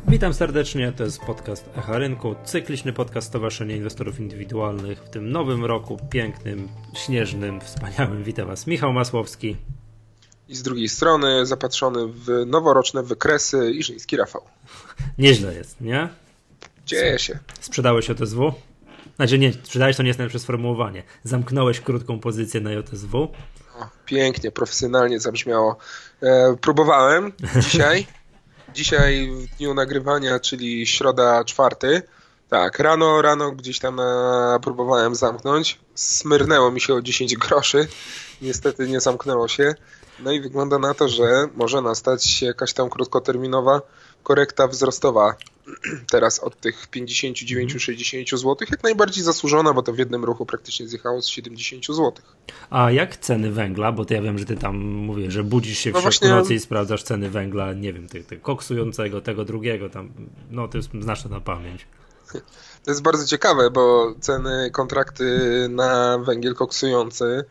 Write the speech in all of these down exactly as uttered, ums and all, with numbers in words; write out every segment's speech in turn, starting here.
Witam serdecznie, to jest podcast Echa Rynku, cykliczny podcast Stowarzyszenia Inwestorów Indywidualnych w tym nowym roku, pięknym, śnieżnym, wspaniałym. Witam Was, Michał Masłowski. I z drugiej strony zapatrzony w noworoczne wykresy Iżyński Rafał. Nieźle jest, nie? Dzieje się. Sprzedałeś J S W? Znaczy nie, sprzedałeś to nie jest najlepsze sformułowanie. Zamknąłeś krótką pozycję na J S W? O, pięknie, profesjonalnie zabrzmiało. E, próbowałem dzisiaj. Dzisiaj w dniu nagrywania, czyli środa czwarty. Tak, rano, rano gdzieś tam e, próbowałem zamknąć. Smyrnęło mi się o dziesięć groszy. Niestety nie zamknęło się. No i wygląda na to, że może nastać jakaś tam krótkoterminowa korekta wzrostowa. Teraz od tych pięćdziesiąt dziewięć sześćdziesiąt złotych, jak najbardziej zasłużona, bo to w jednym ruchu praktycznie zjechało z siedemdziesiąt złotych. A jak ceny węgla? Bo to ja wiem, że ty tam mówisz, że budzisz się w no środku właśnie... nocy i sprawdzasz ceny węgla, nie wiem, tego, tego koksującego, tego drugiego, tam, no ty znasz to na pamięć. To jest bardzo ciekawe, bo ceny, kontrakty na węgiel koksujący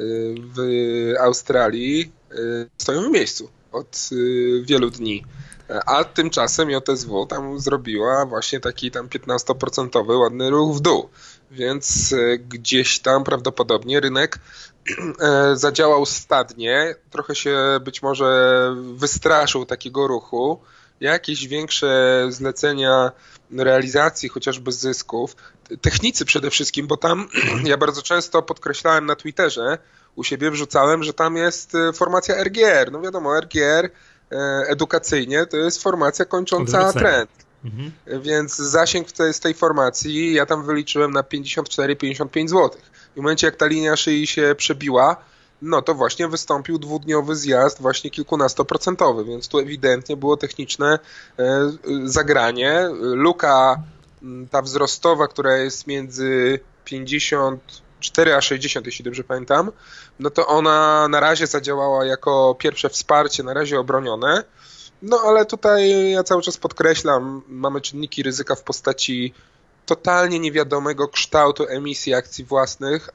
w Australii stoją w miejscu od wielu dni. A tymczasem J S W tam zrobiła właśnie taki tam piętnastoprocentowy ładny ruch w dół. Więc gdzieś tam prawdopodobnie rynek zadziałał stadnie, trochę się być może wystraszył takiego ruchu. Jakieś większe zlecenia realizacji, chociażby zysków. Technicy przede wszystkim, bo tam ja bardzo często podkreślałem na Twitterze, u siebie wrzucałem, że tam jest formacja R G R. No wiadomo, R G R edukacyjnie to jest formacja kończąca trend. Mhm. Więc zasięg z tej formacji ja tam wyliczyłem na pięćdziesiąt cztery pięćdziesiąt pięć złotych. W momencie jak ta linia szyi się przebiła, no to właśnie wystąpił dwudniowy zjazd właśnie kilkunastoprocentowy, więc tu ewidentnie było techniczne zagranie. Luka ta wzrostowa, która jest między pięćdziesiąt cztery a sześćdziesiąt, jeśli dobrze pamiętam, no to ona na razie zadziałała jako pierwsze wsparcie, na razie obronione. No ale tutaj ja cały czas podkreślam, mamy czynniki ryzyka w postaci totalnie niewiadomego kształtu emisji akcji własnych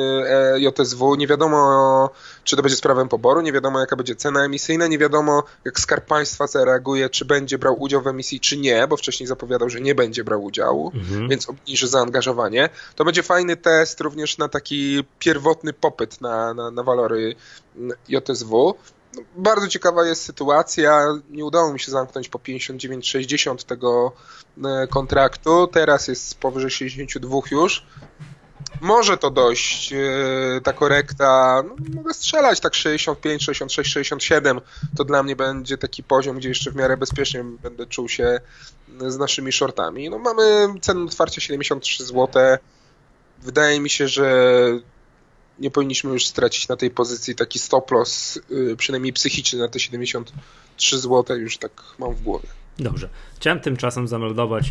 J S W. Nie wiadomo, czy to będzie z prawem poboru, nie wiadomo, jaka będzie cena emisyjna, nie wiadomo, jak Skarb Państwa zareaguje, czy będzie brał udział w emisji, czy nie, bo wcześniej zapowiadał, że nie będzie brał udziału, mhm. więc obniży zaangażowanie. To będzie fajny test również na taki pierwotny popyt na, na, na walory J S W. Bardzo ciekawa jest sytuacja. Nie udało mi się zamknąć po pięćdziesiąt dziewięć sześćdziesiąt tego kontraktu. Teraz jest powyżej sześćdziesiąt dwa już. Może to dojść, ta korekta, no, mogę strzelać tak sześćdziesiąt pięć, sześćdziesiąt sześć, sześćdziesiąt siedem. To dla mnie będzie taki poziom, gdzie jeszcze w miarę bezpiecznie będę czuł się z naszymi shortami. No, mamy cenę otwarcia siedemdziesiąt trzy złote. Wydaje mi się, że nie powinniśmy już stracić na tej pozycji taki stop loss, przynajmniej psychiczny na te siedemdziesiąt trzy złote, już tak mam w głowie. Dobrze. Chciałem tymczasem zameldować,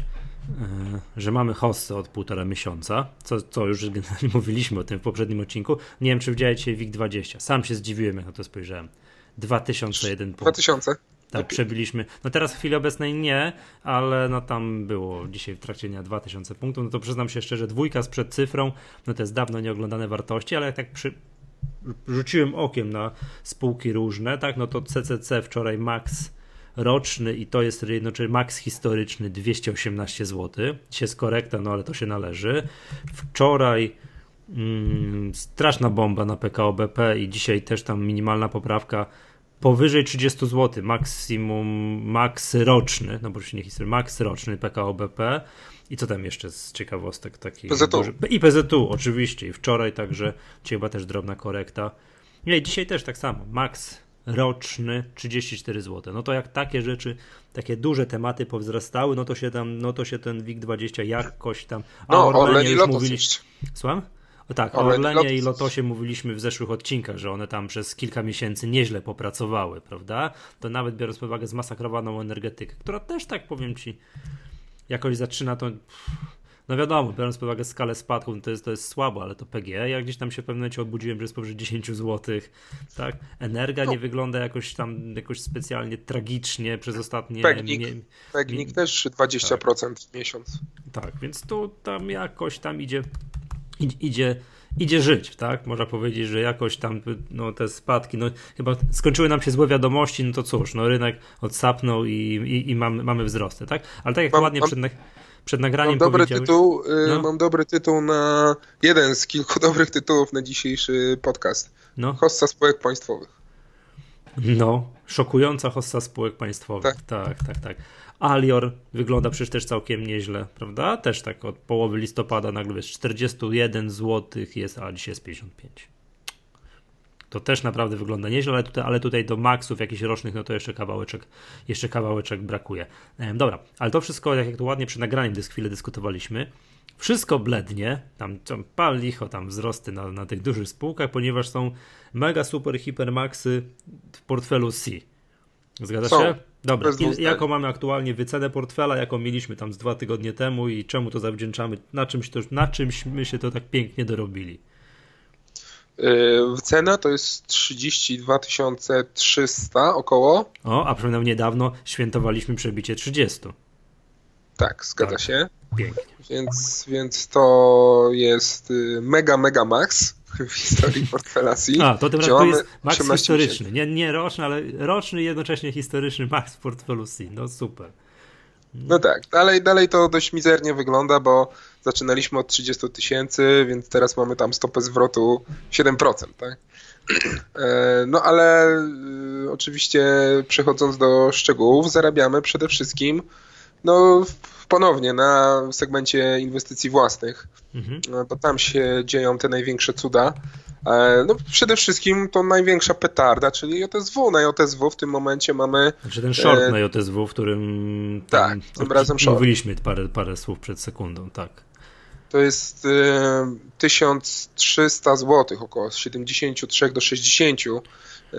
że mamy hossę od półtora miesiąca, co, co już mówiliśmy o tym w poprzednim odcinku. Nie wiem, czy widziałeś dzisiaj W I G dwadzieścia. Sam się zdziwiłem, jak na to spojrzałem. dwa tysiące jeden punkt. dwa tysiące? Tak, przebiliśmy. No teraz w chwili obecnej nie, ale no tam było dzisiaj w trakcie dnia dwa tysiące punktów. No to przyznam się szczerze, dwójka sprzed cyfrą, no to jest dawno nieoglądane wartości, ale jak tak przy... rzuciłem okiem na spółki różne, tak, no to C C C wczoraj max roczny i to jest jednocześnie max historyczny dwieście osiemnaście złotych. Dzisiaj jest korekta, no ale to się należy. Wczoraj mm, straszna bomba na P K O B P i dzisiaj też tam minimalna poprawka powyżej trzydzieści złotych, maksimum, max roczny, no bo już nie historia, max roczny P K O B P. I co tam jeszcze z ciekawostek takich? P Z U. Duży... I P Z U oczywiście, i wczoraj także, dzisiaj chyba też drobna korekta. Nie, dzisiaj też tak samo, max roczny trzydzieści cztery złote. No to jak takie rzeczy, takie duże tematy powzrastały, no to się tam, no to się ten W I G dwadzieścia jakoś tam... A no, Orlenie Orlen już Lotos mówiliśmy. Słucham? O tak, o Orlenie i Lotosie mówiliśmy w zeszłych odcinkach, że one tam przez kilka miesięcy nieźle popracowały, prawda? To nawet biorąc pod uwagę zmasakrowaną energetykę, która też, tak powiem ci, jakoś zaczyna to... No wiadomo, biorąc pod uwagę skalę spadku, to jest, to jest słabo, ale to P G, ja gdzieś tam się w pewnym momencie obudziłem, że jest powyżej dziesięć złotych, tak? Energa no. nie wygląda jakoś tam jakoś specjalnie tragicznie przez ostatnie... Pegnik, mie- Pegnik mie- też dwadzieścia procent tak. w miesiąc. Tak, więc tu tam jakoś tam idzie, idzie, idzie żyć, tak? Można powiedzieć, że jakoś tam no, te spadki, no chyba skończyły nam się złe wiadomości, no to cóż, no rynek odsapnął i, i, i mamy, mamy wzrosty, tak? Ale tak jak mam, ładnie mam, przed, na, przed nagraniem mam dobry powiedziałeś... tytuł, y, no? mam dobry tytuł na jeden z kilku dobrych tytułów na dzisiejszy podcast. No. Hossa spółek państwowych. No, szokująca hossa spółek państwowych, tak, tak, tak. tak. Alior wygląda przecież też całkiem nieźle, prawda? Też tak od połowy listopada nagle jest czterdzieści jeden złotych jest, a dzisiaj jest pięćdziesiąt pięć. To też naprawdę wygląda nieźle, ale tutaj, ale tutaj do maksów jakichś rocznych, no to jeszcze kawałeczek, jeszcze kawałeczek brakuje. E, dobra, ale to wszystko, jak to ładnie przy nagraniem dysk chwilę dyskutowaliśmy, wszystko blednie, tam, tam pal licho, tam wzrosty na, na tych dużych spółkach, ponieważ są mega super hipermaxy w portfelu C. Zgadza są. się? Dobra, I, jaką mamy aktualnie wycenę portfela, jaką mieliśmy tam z dwa tygodnie temu i czemu to zawdzięczamy, na czymś, to, na czymś my się to tak pięknie dorobili? Yy, cena to jest trzydzieści dwa tysiące trzysta około. O, a przynajmniej niedawno świętowaliśmy przebicie trzydzieści. Tak, zgadza tak. się. Pięknie. Więc, więc to jest mega, mega max w historii portfela C. A, to tym razem to jest max historyczny. Nie, nie roczny, ale roczny i jednocześnie historyczny max w portfelu C. No super. No tak, dalej, dalej to dość mizernie wygląda, bo zaczynaliśmy od trzydzieści tysięcy, więc teraz mamy tam stopę zwrotu siedem procent, tak? No ale oczywiście przechodząc do szczegółów, zarabiamy przede wszystkim no ponownie na segmencie inwestycji własnych, mhm. bo tam się dzieją te największe cuda. No przede wszystkim to największa petarda, czyli J S W. Na J S W w tym momencie mamy... Znaczy ten short e... na J S W, w którym tak, tym razem short. Mówiliśmy parę, parę słów przed sekundą, tak. To jest e, tysiąc trzysta złotych, około z siedemdziesiąt trzy do sześćdziesięciu. E,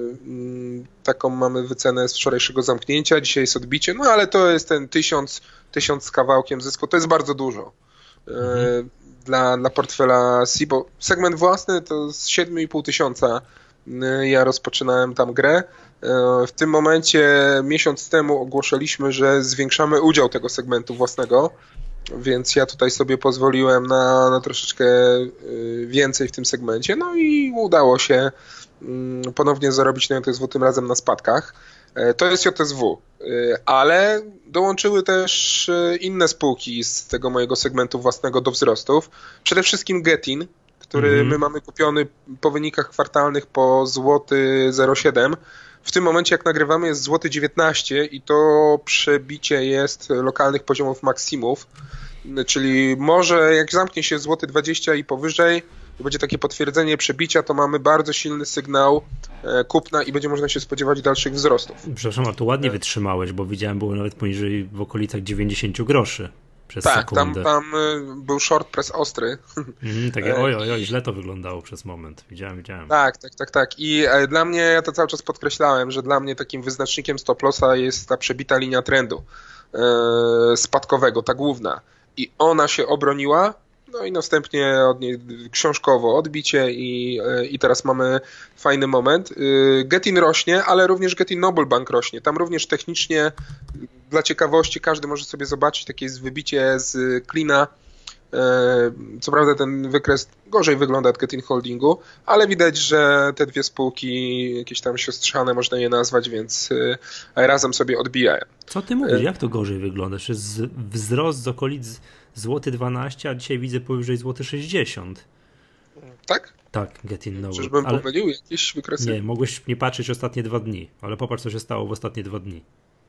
taką mamy wycenę z wczorajszego zamknięcia, dzisiaj jest odbicie, no ale to jest ten tysiąc, tysiąc z kawałkiem zysku, to jest bardzo dużo. E, mhm. Dla, dla portfela C, bo segment własny to z siedem i pół tysiąca ja rozpoczynałem tam grę. W tym momencie miesiąc temu ogłaszaliśmy, że zwiększamy udział tego segmentu własnego, więc ja tutaj sobie pozwoliłem na, na troszeczkę więcej w tym segmencie, no i udało się ponownie zarobić na J S W, tym razem na spadkach. To jest J S W, ale dołączyły też inne spółki z tego mojego segmentu własnego do wzrostów. Przede wszystkim Getin, który mm. my mamy kupiony po wynikach kwartalnych po złoty zero przecinek siedem. W tym momencie jak nagrywamy jest złoty dziewiętnaście i to przebicie jest lokalnych poziomów maksimów, czyli może jak zamknie się złoty dwadzieścia i powyżej, i będzie takie potwierdzenie przebicia, to mamy bardzo silny sygnał kupna i będzie można się spodziewać dalszych wzrostów. Przepraszam, a to ładnie wytrzymałeś, bo widziałem, było nawet poniżej w okolicach dziewięćdziesiąt groszy przez tak, sekundę. Tak, tam, tam był short press ostry. Mm, takie oj, oj, oj, źle to wyglądało przez moment. Widziałem, widziałem. Tak, tak, tak, tak. I dla mnie, ja to cały czas podkreślałem, że dla mnie takim wyznacznikiem stop lossa jest ta przebita linia trendu spadkowego, ta główna. I ona się obroniła, no i następnie od niej książkowo odbicie i, i teraz mamy fajny moment. Getin rośnie, ale również Getin Noble Bank rośnie. Tam również technicznie, dla ciekawości, każdy może sobie zobaczyć, takie jest wybicie z klina. Co prawda ten wykres gorzej wygląda od Getin Holdingu, ale widać, że te dwie spółki jakieś tam siostrzane można je nazwać, więc razem sobie odbijają. Co ty mówisz? Jak to gorzej wygląda? Jest wzrost z okolic złoty dwanaście, a dzisiaj widzę powyżej złoty sześćdziesiąt. Tak? Tak, Getin Noble. Czyżbym ale... pomylił jakieś wykresy? Nie, mogłeś nie patrzeć ostatnie dwa dni, ale popatrz, co się stało w ostatnie dwa dni.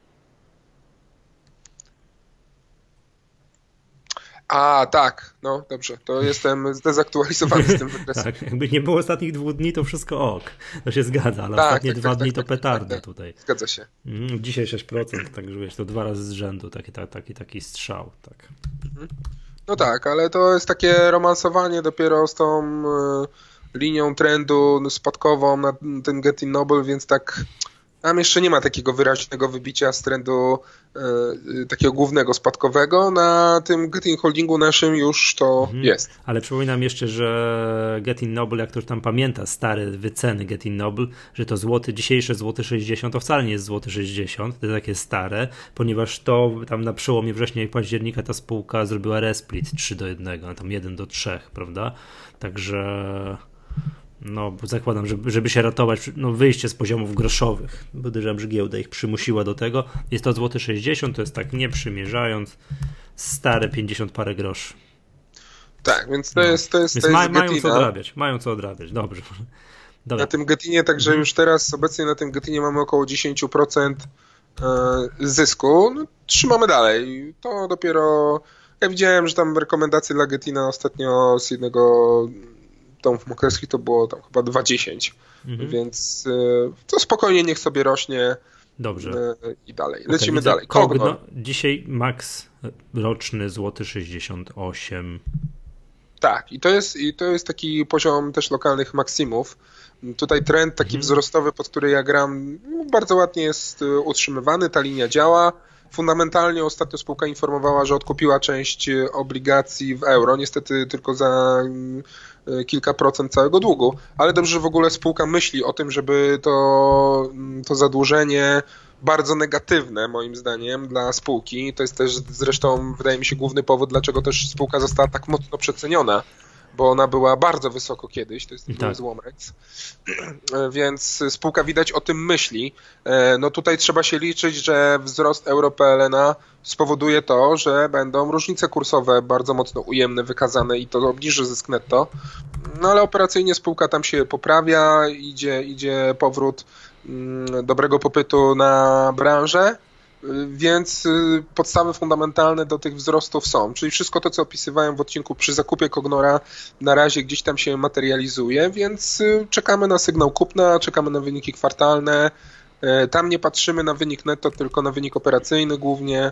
A, tak, no dobrze, to jestem zdezaktualizowany z tym wykresem. Tak, jakby nie było ostatnich dwóch dni, to wszystko ok, to się zgadza, ale tak, ostatnie tak, dwa tak, dni tak, to tak, petarda tak, tak, tutaj. Zgadza się. Mm, dzisiaj sześć procent, tak wiesz, to dwa razy z rzędu, taki, taki, taki strzał. Tak. No tak, ale to jest takie romansowanie dopiero z tą y, linią trendu spadkową na ten Getin Noble, więc tak Tam jeszcze nie ma takiego wyraźnego wybicia z trendu e, takiego głównego spadkowego. Na tym Getin Holdingu naszym już to mhm. jest. Ale przypominam jeszcze, że Getin Noble, jak ktoś tam pamięta stare wyceny Getin Noble, że to złoty, dzisiejsze złoty sześćdziesiąt to wcale nie jest złoty sześćdziesiąt, to jest takie stare, ponieważ to tam na przełomie września i października ta spółka zrobiła resplit trzy do jednego, tam jeden do trzech, prawda? Także... No, zakładam, żeby, żeby się ratować, no wyjście z poziomów groszowych. Podejrzewam, że giełda ich przymusiła do tego. Jest to złoty sześćdziesiąt, to jest tak nie przymierzając stare pięćdziesiąt parę groszy. Tak, więc to no. jest to jest, więc to jest ma, mają co odrabiać, mają co odrabiać, dobrze. Dobra. Na tym Getinie, także już teraz obecnie na tym Getinie mamy około dziesięć procent zysku. No, trzymamy dalej. To dopiero, ja widziałem, że tam rekomendacje dla Getina ostatnio z jednego domów maklerskich to było tam chyba dwa dziesięć, mhm. więc y, to spokojnie niech sobie rośnie. Dobrze. Y, I dalej. Lecimy okay, dalej. Kogno. Kogno. Dzisiaj maks roczny złoty sześćdziesiąt osiem. Tak, i to jest, i to jest taki poziom też lokalnych maksimów. Tutaj trend taki mhm. wzrostowy, pod który ja gram, bardzo ładnie jest utrzymywany, ta linia działa. Fundamentalnie ostatnio spółka informowała, że odkupiła część obligacji w euro, niestety tylko za kilka procent całego długu, ale dobrze, że w ogóle spółka myśli o tym, żeby to, to zadłużenie bardzo negatywne moim zdaniem dla spółki, to jest też zresztą wydaje mi się główny powód, dlaczego też spółka została tak mocno przeceniona, bo ona była bardzo wysoko kiedyś, to jest tak. złomek, więc spółka widać o tym myśli. No tutaj trzeba się liczyć, że wzrost euro P L N spowoduje to, że będą różnice kursowe bardzo mocno ujemne wykazane i to obniży zysk netto, no ale operacyjnie spółka tam się poprawia, idzie, idzie powrót dobrego popytu na branżę, więc podstawy fundamentalne do tych wzrostów są, czyli wszystko to, co opisywałem w odcinku przy zakupie Cognora na razie gdzieś tam się materializuje, więc czekamy na sygnał kupna, czekamy na wyniki kwartalne, tam nie patrzymy na wynik netto, tylko na wynik operacyjny głównie.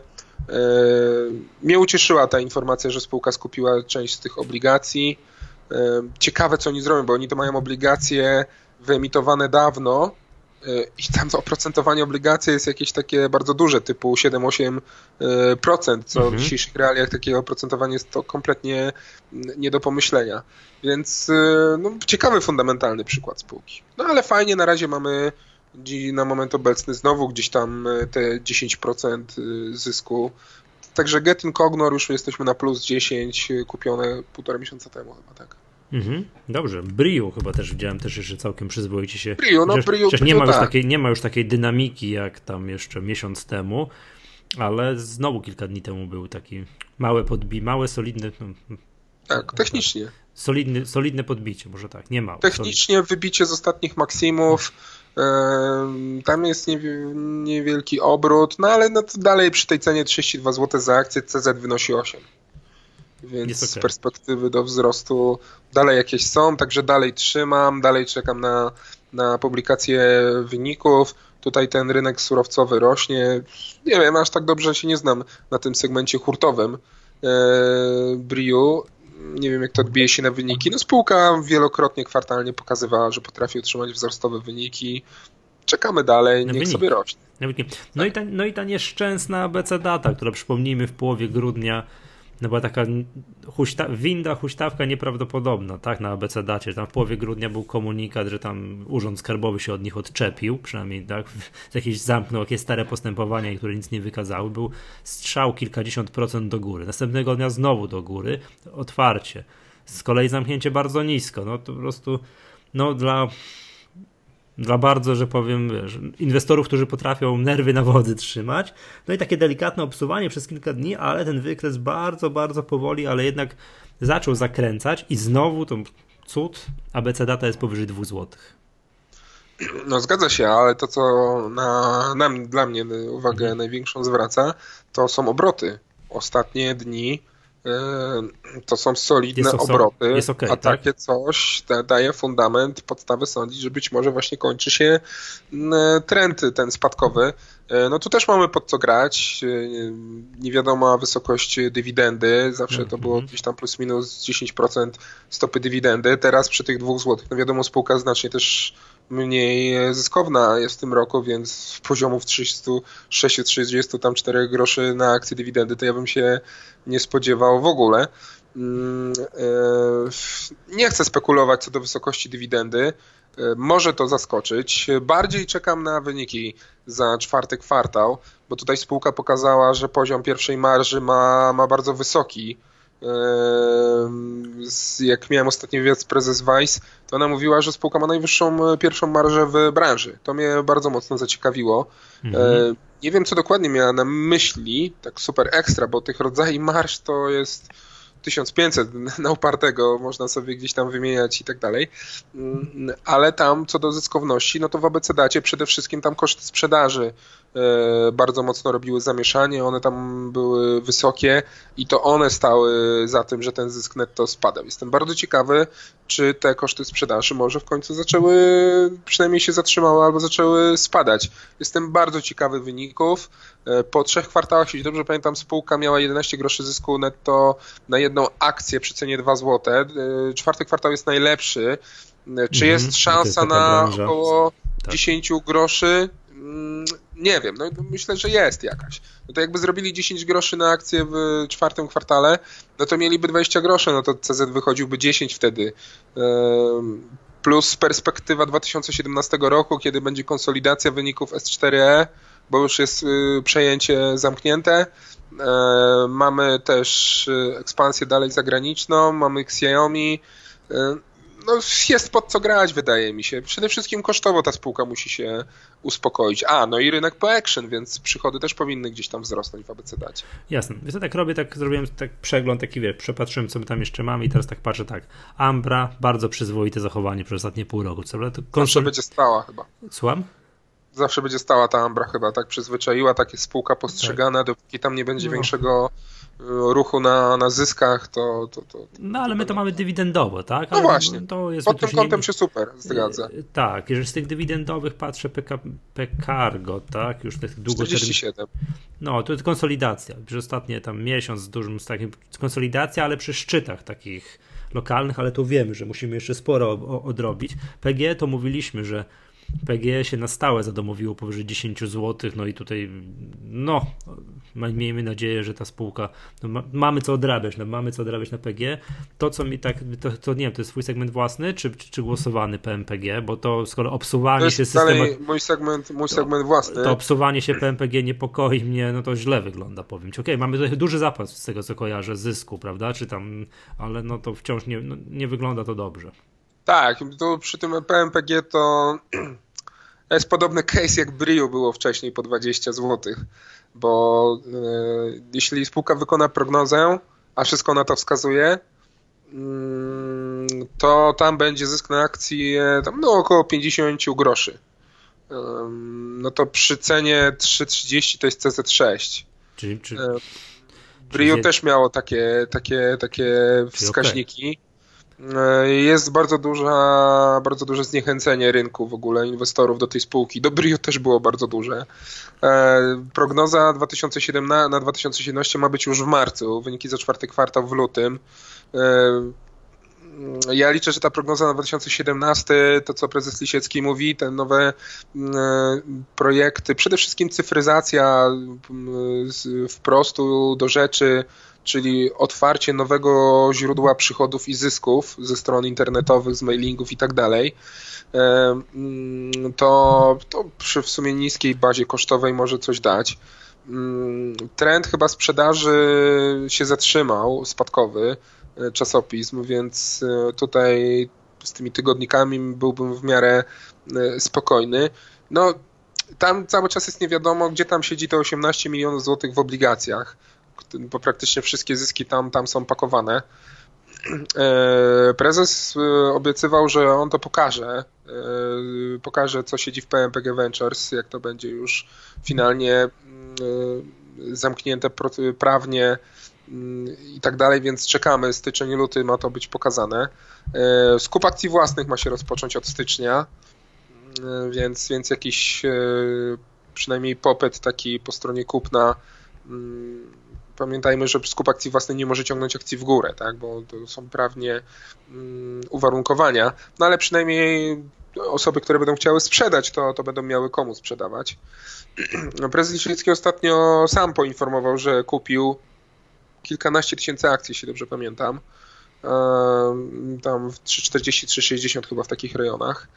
Mnie ucieszyła ta informacja, że spółka skupiła część z tych obligacji. Ciekawe, co oni zrobią, bo oni to mają obligacje wyemitowane dawno, i tam to oprocentowanie obligacji jest jakieś takie bardzo duże, typu siedem osiem procent, co mhm. w dzisiejszych realiach takie oprocentowanie jest to kompletnie nie do pomyślenia. Więc no, ciekawy, fundamentalny przykład spółki. No ale fajnie, na razie mamy na moment obecny znowu gdzieś tam te dziesięć procent zysku. Także Getin Cognor już jesteśmy na plus dziesięć, kupione półtora miesiąca temu chyba, tak. Mhm, dobrze. Brio chyba też widziałem, też jeszcze całkiem przyzwoicie się. Brio, no Przecież, Brio, przecież Brio, nie ma już tak. takiej, nie ma już takiej dynamiki jak tam jeszcze miesiąc temu, ale znowu kilka dni temu był taki małe podbi, małe, solidne. No, tak, technicznie. Solidny, solidne podbicie, może tak, nie małe. Technicznie solidne. Wybicie z ostatnich maksimów. Tam jest niewielki obrót, no ale no to dalej przy tej cenie trzydzieści dwa złote za akcję C Z wynosi osiem. Więc okay. z perspektywy do wzrostu dalej jakieś są, także dalej trzymam, dalej czekam na, na publikację wyników. Tutaj ten rynek surowcowy rośnie. Nie wiem, aż tak dobrze się nie znam na tym segmencie hurtowym e, Brio. Nie wiem, jak to odbije się na wyniki. No spółka wielokrotnie kwartalnie pokazywała, że potrafi utrzymać wzrostowe wyniki. Czekamy dalej, niech wyniki. sobie rośnie. No, no, i ta, no i ta nieszczęsna B C Data, która przypomnijmy w połowie grudnia no była taka huśta, winda, huśtawka nieprawdopodobna, tak, na A B C Dacie. Tam w połowie grudnia był komunikat, że tam Urząd Skarbowy się od nich odczepił, przynajmniej tak, jakieś zamknął jakieś stare postępowania, które nic nie wykazały. Był strzał kilkadziesiąt procent do góry. Następnego dnia znowu do góry, otwarcie. Z kolei zamknięcie bardzo nisko. No to po prostu, no dla... Dla bardzo, że powiem, wiesz, inwestorów, którzy potrafią nerwy na wodzy trzymać. No i takie delikatne obsuwanie przez kilka dni, ale ten wykres bardzo, bardzo powoli, ale jednak zaczął zakręcać i znowu to cud, A B C Data jest powyżej dwóch złotych. No zgadza się, ale to co na, na, dla mnie uwagę mhm. największą zwraca, to są obroty. Ostatnie dni to są solidne jest obroty, jest okay, a tak? takie coś da, daje fundament, podstawę sądzić, że być może właśnie kończy się trend ten spadkowy. No tu też mamy pod co grać. Nie wiadoma wysokość dywidendy. Zawsze to było gdzieś tam plus minus dziesięć procent stopy dywidendy. Teraz przy tych dwóch złotych, no wiadomo, spółka znacznie też mniej zyskowna jest w tym roku, więc poziomów trzydzieści sześć trzydzieści tam cztery groszy na akcję dywidendy to ja bym się nie spodziewał w ogóle. Nie chcę spekulować co do wysokości dywidendy. Może to zaskoczyć. Bardziej czekam na wyniki za czwarty kwartał, bo tutaj spółka pokazała, że poziom pierwszej marży ma, ma bardzo wysoki. Jak miałem ostatni wywiad z prezes Weiss, to ona mówiła, że spółka ma najwyższą pierwszą marżę w branży. To mnie bardzo mocno zaciekawiło. Mhm. Nie wiem, co dokładnie miała na myśli, tak super ekstra, bo tych rodzajów marż to jest tysiąc pięćset na upartego, można sobie gdzieś tam wymieniać i tak dalej, ale tam co do zyskowności, no to w abecedacie przede wszystkim tam koszty sprzedaży bardzo mocno robiły zamieszanie, one tam były wysokie i to one stały za tym, że ten zysk netto spadał. Jestem bardzo ciekawy, czy te koszty sprzedaży może w końcu zaczęły, przynajmniej się zatrzymały albo zaczęły spadać. Jestem bardzo ciekawy wyników. Po trzech kwartałach, jeśli dobrze pamiętam, spółka miała jedenaście groszy zysku netto na jedną akcję przy cenie dwa złote. Czwarty kwartał jest najlepszy. Czy jest mm, szansa jest na branża. Około tak. dziesięć groszy? Nie wiem, no myślę, że jest jakaś. No to jakby zrobili dziesięć groszy na akcję w czwartym kwartale, no to mieliby dwadzieścia groszy, no to C Z wychodziłby dziesięć wtedy. Plus perspektywa dwa tysiące siedemnastego roku, kiedy będzie konsolidacja wyników S cztery E, bo już jest przejęcie zamknięte. Mamy też ekspansję dalej zagraniczną, mamy Xiaomi. No jest pod co grać, wydaje mi się. Przede wszystkim kosztowo ta spółka musi się uspokoić. A, no i rynek po action, więc przychody też powinny gdzieś tam wzrosnąć w abecedacie. Jasne. Wiesz co, tak robię, tak zrobiłem tak przegląd, taki wie, przepatrzyłem, co my tam jeszcze mamy i teraz tak patrzę tak. Ambra, bardzo przyzwoite zachowanie przez ostatnie pół roku. Co, to konsol... Zawsze będzie stała chyba. Słucham? Zawsze będzie stała ta Ambra chyba, tak przyzwyczaiła, tak jest spółka postrzegana, tak. Dopóki tam nie będzie no. większego ruchu na, na zyskach, to, to, to, to... No ale my to mamy dywidendowo, tak? Ale no właśnie, to jest pod tym kątem nie... się super zgadza. Tak, jeżeli z tych dywidendowych patrzę P K P Cargo, tak? Już tych długoterminowych. czterdzieści siedem. No, to jest konsolidacja. Przez ostatnie tam miesiąc z dużym z takim konsolidacja, ale przy szczytach takich lokalnych, ale to wiemy, że musimy jeszcze sporo odrobić. P G to mówiliśmy, że P G się na stałe zadomowiło powyżej dziesięć złotych, no i tutaj no, miejmy nadzieję, że ta spółka, no, ma, mamy co odrabiać, no, mamy co odrabiać na P G. To, co mi tak, to, to nie wiem, to jest twój segment własny, czy, czy, czy głosowany P M P G, bo to skoro obsuwanie to jest się systemu... mój segment, mój segment własny. To, to obsuwanie się P M P G niepokoi mnie, no to źle wygląda, powiem ci. Okej, okay, mamy tutaj duży zapas z tego, co kojarzę, zysku, prawda, czy tam, ale no to wciąż nie, no, nie wygląda to dobrze. Tak, to przy tym P M P G to jest podobny case jak Brio było wcześniej po dwadzieścia złotych, bo e, jeśli spółka wykona prognozę, a wszystko na to wskazuje, mm, to tam będzie zysk na akcji tam, no, około pięćdziesiąt groszy. Um, no to przy cenie trzy trzydzieści to jest C Z sześć. Czyli, czy, e, Brio czy też miało takie, takie, takie wskaźniki. Okay. Jest bardzo duża, bardzo duże zniechęcenie rynku w ogóle, inwestorów do tej spółki. Do Brio też było bardzo duże. Prognoza dwa tysiące siedemnaście, na dwa tysiące siedemnaście ma być już w marcu, wyniki za czwarty kwartał w lutym. Ja liczę, że ta prognoza na dwa tysiące siedemnasty, to co prezes Lisiecki mówi, te nowe projekty, przede wszystkim cyfryzacja wprostu do rzeczy, czyli otwarcie nowego źródła przychodów i zysków ze stron internetowych, z mailingów i tak dalej, to, to przy w sumie niskiej bazie kosztowej może coś dać. Trend chyba sprzedaży się zatrzymał, spadkowy czasopism, więc tutaj z tymi tygodnikami byłbym w miarę spokojny. No, tam cały czas jest nie wiadomo, gdzie tam siedzi te osiemnaście milionów złotych w obligacjach, bo praktycznie wszystkie zyski tam, tam są pakowane. Prezes obiecywał, że on to pokaże. Pokaże, co siedzi w P M P G Ventures, jak to będzie już finalnie zamknięte prawnie i tak dalej, więc czekamy. Styczeń, luty ma to być pokazane. Skup akcji własnych ma się rozpocząć od stycznia, więc, więc jakiś przynajmniej popyt taki po stronie kupna. Pamiętajmy, że skup akcji własnej nie może ciągnąć akcji w górę, tak? Bo to są prawnie uwarunkowania, no ale przynajmniej osoby, które będą chciały sprzedać, to, to będą miały komu sprzedawać. Prezes Lisiecki ostatnio sam poinformował, że kupił kilkanaście tysięcy akcji, jeśli dobrze pamiętam. Tam w trzy czterdzieści, trzy sześćdziesiąt chyba w takich rejonach.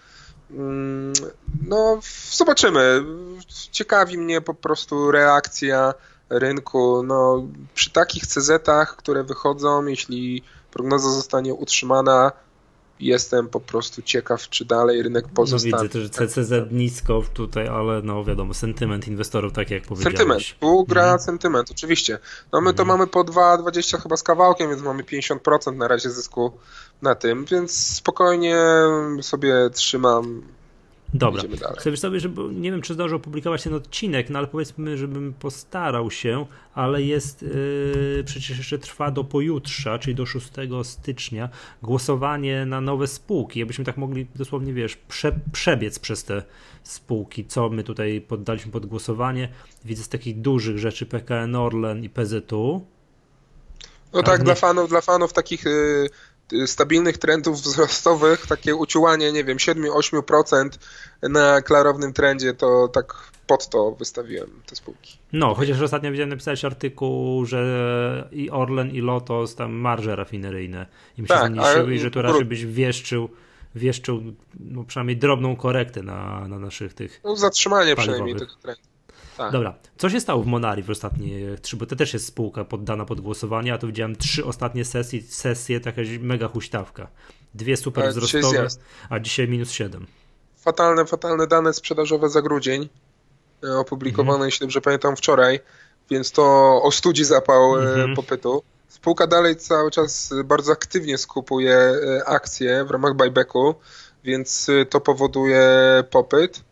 No, zobaczymy. Ciekawi mnie po prostu reakcja rynku. No, przy takich C Z-ach, które wychodzą, jeśli prognoza zostanie utrzymana, jestem po prostu ciekaw, czy dalej rynek pozostanie. No widzę też C C Z nisko tutaj, ale no wiadomo, sentyment inwestorów, tak jak powiedziałeś. Sentyment, tu gra mhm. sentyment, oczywiście. No my mhm. to mamy po dwa dwadzieścia chyba z kawałkiem, więc mamy pięćdziesiąt procent na razie zysku na tym, więc spokojnie sobie trzymam. Dobra, chcę sobie, żeby, nie wiem, czy zdążę opublikować ten odcinek, no ale powiedzmy, żebym postarał się, ale jest, yy, przecież jeszcze trwa do pojutrza, czyli do szóstego stycznia, głosowanie na nowe spółki, abyśmy tak mogli dosłownie, wiesz, prze, przebiec przez te spółki, co my tutaj poddaliśmy pod głosowanie. Widzę z takich dużych rzeczy P K N Orlen i P Z U. No tak, nie... dla fanów, dla fanów takich... Yy... stabilnych trendów wzrostowych, takie uciułanie, nie wiem, siedem do ośmiu procent na klarownym trendzie, to tak pod to wystawiłem te spółki. No, chociaż ostatnio widziałem napisać artykuł, że i Orlen, i Lotos, tam marże rafineryjne im się tak, zmniejszyły i że tu raczej byś wieszczył, wieszczył no, przynajmniej drobną korektę na, na naszych tych no, zatrzymanie paliwowych. Przynajmniej tego trendu. Tak. Dobra, co się stało w Monarii w ostatnie trzy, bo to też jest spółka poddana pod głosowanie, a tu widziałem trzy ostatnie sesje, sesje taka mega huśtawka. Dwie super a wzrostowe, a dzisiaj minus siedem. Fatalne, fatalne dane sprzedażowe za grudzień, opublikowane, mhm. jeśli dobrze pamiętam, wczoraj, więc to ostudzi zapał mhm. popytu. Spółka dalej cały czas bardzo aktywnie skupuje akcje w ramach buybacku, więc to powoduje popyt.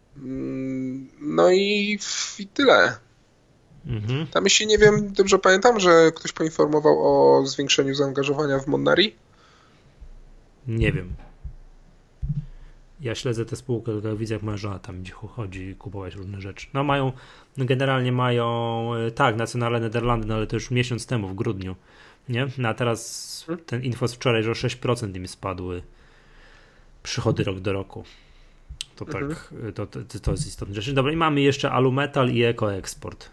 No i, i tyle. Mhm. Tam jeśli nie wiem, dobrze pamiętam, że ktoś poinformował o zwiększeniu zaangażowania w Monari? Nie wiem. Ja śledzę tę spółkę, tylko widzę, jak moja żona tam gdzie chodzi kupować różne rzeczy. No mają, no generalnie mają, tak, Nacjonalne Nederlandy, no ale to już miesiąc temu, w grudniu, nie? No a teraz hmm? ten info z wczoraj, że o sześć procent im spadły przychody rok do roku. To tak, mhm. to, to, to jest istotna rzecz. Dobra, i mamy jeszcze Alumetal i Ekoeksport.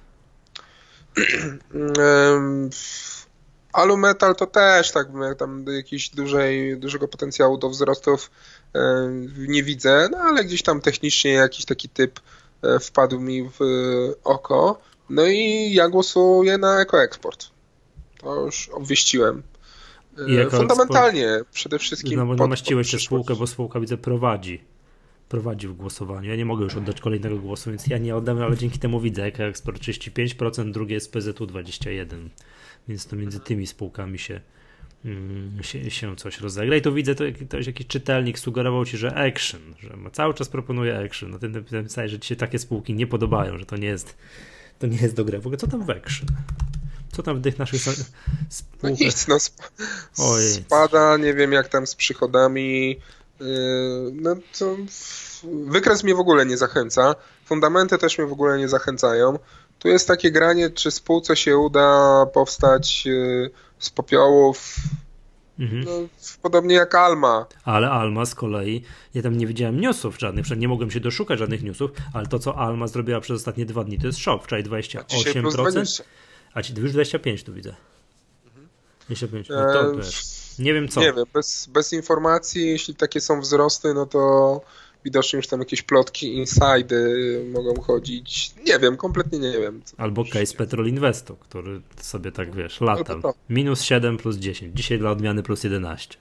Alumetal to też tak, tam jakiś dużej, dużego potencjału do wzrostów nie widzę, no ale gdzieś tam technicznie jakiś taki typ wpadł mi w oko. No i ja głosuję na Ekoeksport. To już obwieściłem. Fundamentalnie przede wszystkim. No bo namaściłeś tę spółkę, bo spółka widzę prowadzi. prowadzi w głosowaniu. Ja nie mogę już oddać kolejnego głosu, więc ja nie oddam, ale dzięki temu widzę, jak Eksport trzydzieści pięć procent, drugie jest P Z U dwadzieścia jeden procent, więc to między tymi spółkami się, mm, się, się coś rozegra. I tu widzę, to, to jakiś czytelnik sugerował ci, że Action, że ma, cały czas proponuje Action. No ten napisałeś, że ci się takie spółki nie podobają, że to nie jest to nie jest do gry. W ogóle co tam w Action? Co tam w tych naszych spółkach? No nic, no sp- spada, nie wiem jak tam z przychodami. No to wykres mnie w ogóle nie zachęca, fundamenty też mnie w ogóle nie zachęcają. Tu jest takie granie, czy spółce się uda powstać z popiołów, mhm. no, podobnie jak Alma. Ale Alma z kolei, ja tam nie widziałem newsów żadnych, nie mogłem się doszukać żadnych newsów, ale to co Alma zrobiła przez ostatnie dwa dni to jest szok, wczoraj dwadzieścia osiem procent, a ci już dwadzieścia pięć tu widzę. Mhm. dwadzieścia pięć, no to też. Nie wiem co. Nie wiem, bez, bez informacji, jeśli takie są wzrosty, no to widocznie już tam jakieś plotki, insajdy mogą chodzić. Nie wiem, kompletnie nie wiem. Albo case Petrol Investu, który sobie tak wiesz, lata. No minus siedem plus dziesięć. Dzisiaj dla odmiany plus jedenaście.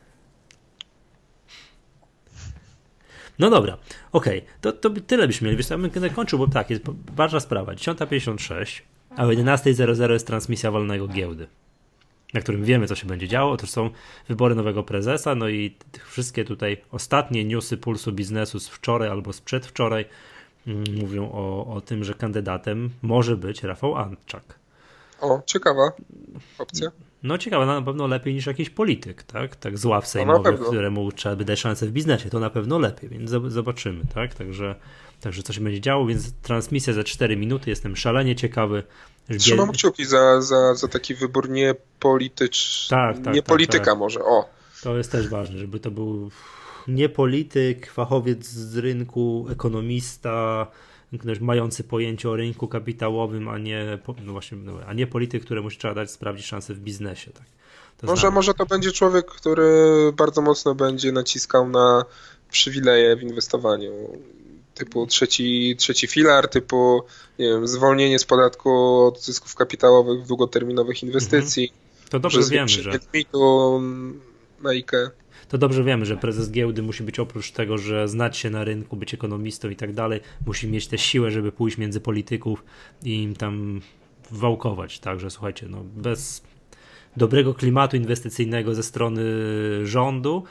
No dobra, okej. Okay. To, to tyle byśmy mieli. Wiesz, ja bym kończył, bo tak, jest ważna sprawa. dziesiąta pięćdziesiąt sześć, a o jedenasta zero zero jest transmisja wolnego giełdy, na którym wiemy, co się będzie działo. Otóż są wybory nowego prezesa, no i wszystkie tutaj ostatnie newsy Pulsu Biznesu z wczoraj albo z przedwczoraj mm, mówią o, o tym, że kandydatem może być Rafał Antczak. O, ciekawa opcja. No ciekawe, na pewno lepiej niż jakiś polityk, tak? Tak z ław sejmowych, no, któremu trzeba by dać szansę w biznesie, to na pewno lepiej, więc zobaczymy, tak? Także, także coś będzie działo, więc transmisja za cztery minuty, jestem szalenie ciekawy. Trzymam biel... kciuki za, za, za taki wybór niepolityczny, tak, tak, nie polityka tak, tak. może, o. To jest też ważne, żeby to był nie polityk, fachowiec z rynku, ekonomista, ktoś mający pojęcie o rynku kapitałowym, a nie, no właśnie, a nie polityk, któremu trzeba dać sprawdzić szansę w biznesie. Tak. To może, może to będzie człowiek, który bardzo mocno będzie naciskał na przywileje w inwestowaniu. Typu trzeci, trzeci filar, typu nie wiem, zwolnienie z podatku od zysków kapitałowych w długoterminowych inwestycji. Mhm. To dobrze wiemy, że... limitu na IKE. To dobrze wiemy, że prezes giełdy musi być oprócz tego, że znać się na rynku, być ekonomistą i tak dalej, musi mieć tę siłę, żeby pójść między polityków i im tam wałkować. Także słuchajcie, no bez dobrego klimatu inwestycyjnego ze strony rządu,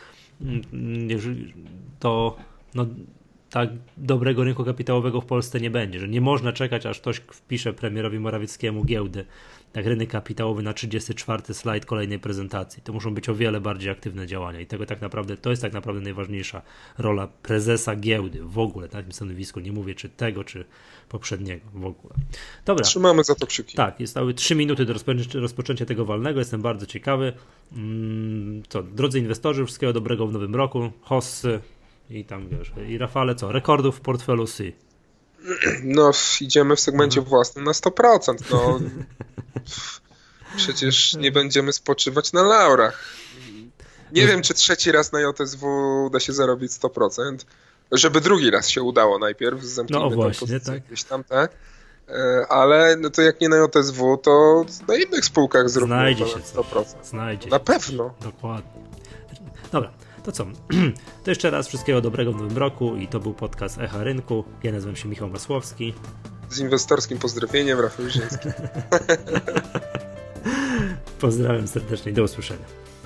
to no, tak dobrego rynku kapitałowego w Polsce nie będzie, że nie można czekać, aż ktoś wpisze premierowi Morawieckiemu giełdy, tak rynek kapitałowy na trzydziesty czwarty slajd kolejnej prezentacji. To muszą być o wiele bardziej aktywne działania i tego tak naprawdę, to jest tak naprawdę najważniejsza rola prezesa giełdy w ogóle na tym stanowisku. Nie mówię czy tego, czy poprzedniego w ogóle. Dobra. Trzymamy za to kciuki. Tak, zostały trzy minuty do rozpoczęcia, rozpoczęcia tego walnego. Jestem bardzo ciekawy. Co, drodzy inwestorzy, wszystkiego dobrego w nowym roku. Hossy i tam wiesz, i Rafale, co? Rekordów w portfelu S I. No, idziemy w segmencie mhm. własnym na sto procent. No, przecież nie będziemy spoczywać na laurach. Nie wiem, czy trzeci raz na J S W uda się zarobić sto procent. Żeby drugi raz się udało najpierw. No właśnie, tak. Gdzieś tam, tak? Ale no to jak nie na J S W, to na innych spółkach zrobimy Znajdzie się sto procent. Znajdzie na się pewno. Coś. Dokładnie. Dobra. To co? To jeszcze raz wszystkiego dobrego w nowym roku i to był podcast Echa Rynku. Ja nazywam się Michał Masłowski. Z inwestorskim pozdrowieniem, Rafał Żyński. Pozdrawiam serdecznie, do usłyszenia.